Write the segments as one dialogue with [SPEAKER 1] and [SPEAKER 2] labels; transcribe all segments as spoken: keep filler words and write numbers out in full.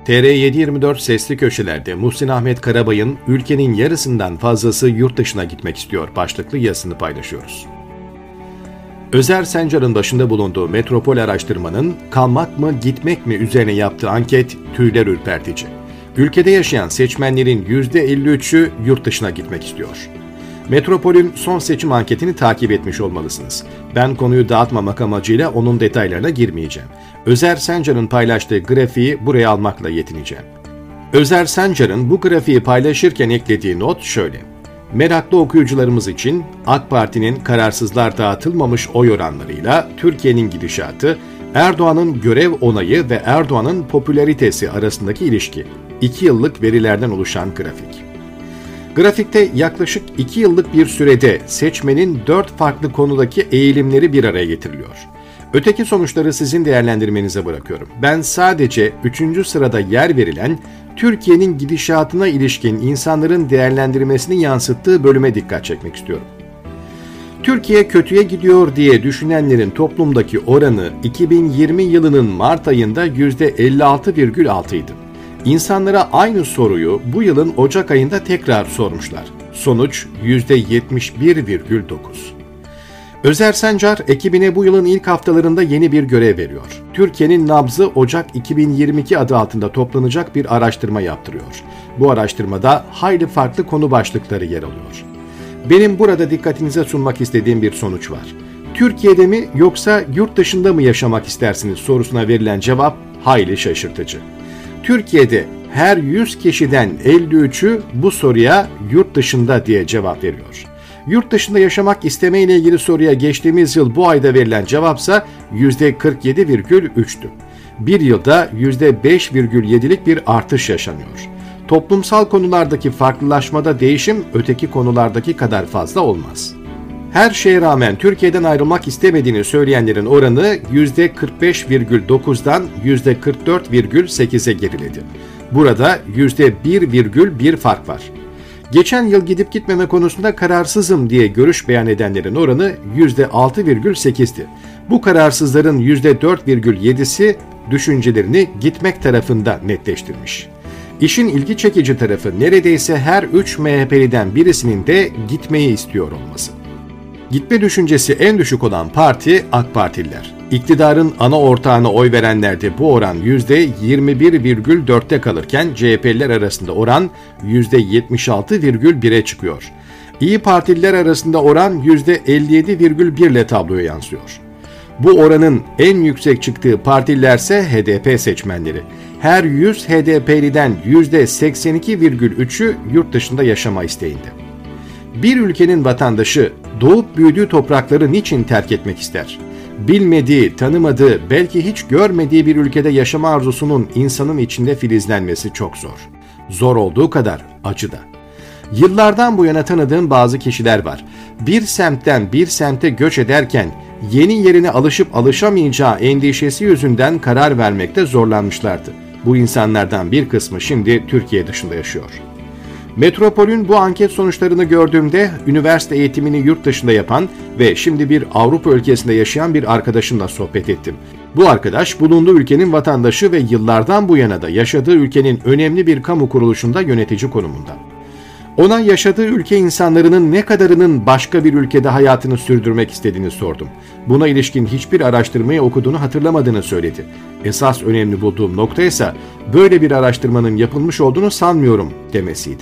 [SPEAKER 1] T R yedi yirmi dört Sesli Köşeler'de Muhsin Ahmet Karabay'ın ülkenin yarısından fazlası yurt dışına gitmek istiyor başlıklı yazısını paylaşıyoruz. Özer Sencar'ın başında bulunduğu Metropol Araştırma'nın kalmak mı gitmek mi üzerine yaptığı anket tüyler ürpertici. Ülkede yaşayan seçmenlerin yüzde elli üçü yurt dışına gitmek istiyor. Metropol'ün son seçim anketini takip etmiş olmalısınız. Ben konuyu dağıtmamak amacıyla onun detaylarına girmeyeceğim. Özer Sencar'ın paylaştığı grafiği buraya almakla yetineceğim. Özer Sencar'ın bu grafiği paylaşırken eklediği not şöyle. Meraklı okuyucularımız için AK Parti'nin kararsızlar dağıtılmamış oy oranlarıyla Türkiye'nin gidişatı, Erdoğan'ın görev onayı ve Erdoğan'ın popülaritesi arasındaki ilişki. iki yıllık verilerden oluşan grafik. Grafikte yaklaşık iki yıllık bir sürede seçmenin dört farklı konudaki eğilimleri bir araya getiriliyor. Öteki sonuçları sizin değerlendirmenize bırakıyorum. Ben sadece üçüncü sırada yer verilen Türkiye'nin gidişatına ilişkin insanların değerlendirmesini yansıttığı bölüme dikkat çekmek istiyorum. Türkiye kötüye gidiyor diye düşünenlerin toplumdaki oranı iki bin yirmi yılının Mart ayında yüzde elli altı virgül altı idi. İnsanlara aynı soruyu bu yılın Ocak ayında tekrar sormuşlar. Sonuç yüzde yetmiş bir virgül dokuz. Özer Sencar ekibine bu yılın ilk haftalarında yeni bir görev veriyor. Türkiye'nin nabzı Ocak iki bin yirmi iki adı altında toplanacak bir araştırma yaptırıyor. Bu araştırmada hayli farklı konu başlıkları yer alıyor. Benim burada dikkatinize sunmak istediğim bir sonuç var. Türkiye'de mi yoksa yurt dışında mı yaşamak istersiniz sorusuna verilen cevap hayli şaşırtıcı. Türkiye'de her yüz kişiden elli üçü bu soruya yurt dışında diye cevap veriyor. Yurt dışında yaşamak isteme ile ilgili soruya geçtiğimiz yıl bu ayda verilen cevapsa yüzde kırk yedi virgül üçtü. Bir yılda yüzde beş virgül yedilik bir artış yaşanıyor. Toplumsal konulardaki farklılaşmada değişim öteki konulardaki kadar fazla olmaz. Her şeye rağmen Türkiye'den ayrılmak istemediğini söyleyenlerin oranı yüzde kırk beş virgül dokuzdan yüzde kırk dört virgül sekize geriledi. Burada yüzde bir virgül bir fark var. Geçen yıl gidip gitmeme konusunda kararsızım diye görüş beyan edenlerin oranı yüzde altı virgül sekizdi. Bu kararsızların yüzde dört virgül yedisi düşüncelerini gitmek tarafında netleştirmiş. İşin ilgi çekici tarafı neredeyse her üç M H P'liden birisinin de gitmeyi istiyor olması. Gitme düşüncesi en düşük olan parti AK Partililer. İktidarın ana ortağına oy verenlerde bu oran yüzde yirmi bir virgül dörtte kalırken C H P'liler arasında oran yüzde yetmiş altı virgül bire çıkıyor. İyi Partililer arasında oran yüzde elli yedi virgül bir ile tabloya yansıyor. Bu oranın en yüksek çıktığı partililerse H D P seçmenleri. Her yüz H D P'liden yüzde seksen iki virgül üçü yurt dışında yaşama isteğinde. Bir ülkenin vatandaşı doğup büyüdüğü toprakları niçin terk etmek ister? Bilmediği, tanımadığı, belki hiç görmediği bir ülkede yaşama arzusunun insanın içinde filizlenmesi çok zor. Zor olduğu kadar acı da. Yıllardan bu yana tanıdığım bazı kişiler var. Bir semtten bir semte göç ederken yeni yerine alışıp alışamayacağı endişesi yüzünden karar vermekte zorlanmışlardı. Bu insanlardan bir kısmı şimdi Türkiye dışında yaşıyor. Metropol'ün bu anket sonuçlarını gördüğümde üniversite eğitimini yurt dışında yapan ve şimdi bir Avrupa ülkesinde yaşayan bir arkadaşımla sohbet ettim. Bu arkadaş bulunduğu ülkenin vatandaşı ve yıllardan bu yana da yaşadığı ülkenin önemli bir kamu kuruluşunda yönetici konumunda. Ona yaşadığı ülke insanlarının ne kadarının başka bir ülkede hayatını sürdürmek istediğini sordum. Buna ilişkin hiçbir araştırmayı okuduğunu hatırlamadığını söyledi. Esas önemli bulduğum nokta ise böyle bir araştırmanın yapılmış olduğunu sanmıyorum demesiydi.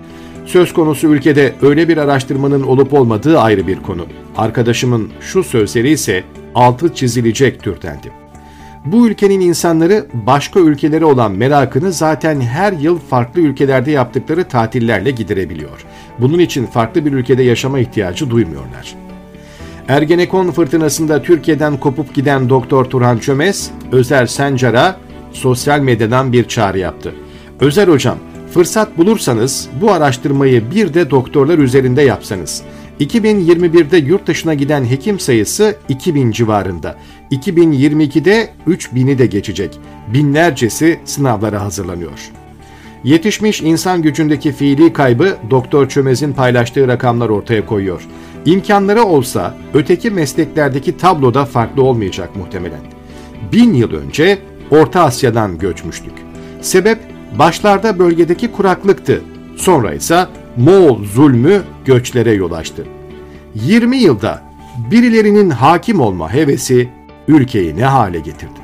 [SPEAKER 1] Söz konusu ülkede öyle bir araştırmanın olup olmadığı ayrı bir konu. Arkadaşımın şu sözleri ise altı çizilecek türdendi. Bu ülkenin insanları başka ülkelere olan merakını zaten her yıl farklı ülkelerde yaptıkları tatillerle giderebiliyor. Bunun için farklı bir ülkede yaşama ihtiyacı duymuyorlar. Ergenekon fırtınasında Türkiye'den kopup giden Doktor Turhan Çömez, Özer Sencar'a sosyal medyadan bir çağrı yaptı. Özer hocam, fırsat bulursanız bu araştırmayı bir de doktorlar üzerinde yapsanız. iki bin yirmi birde yurt dışına giden hekim sayısı iki bin civarında. iki bin yirmi ikide üç bini de geçecek. Binlercesi sınavlara hazırlanıyor. Yetişmiş insan gücündeki fiili kaybı Doktor Çömez'in paylaştığı rakamlar ortaya koyuyor. İmkanları olsa öteki mesleklerdeki tablo da farklı olmayacak muhtemelen. Bin yıl önce Orta Asya'dan göçmüştük. Sebep başlarda bölgedeki kuraklıktı. Sonra ise Moğol zulmü göçlere yol açtı. yirmi yılda birilerinin hakim olma hevesi ülkeyi ne hale getirdi?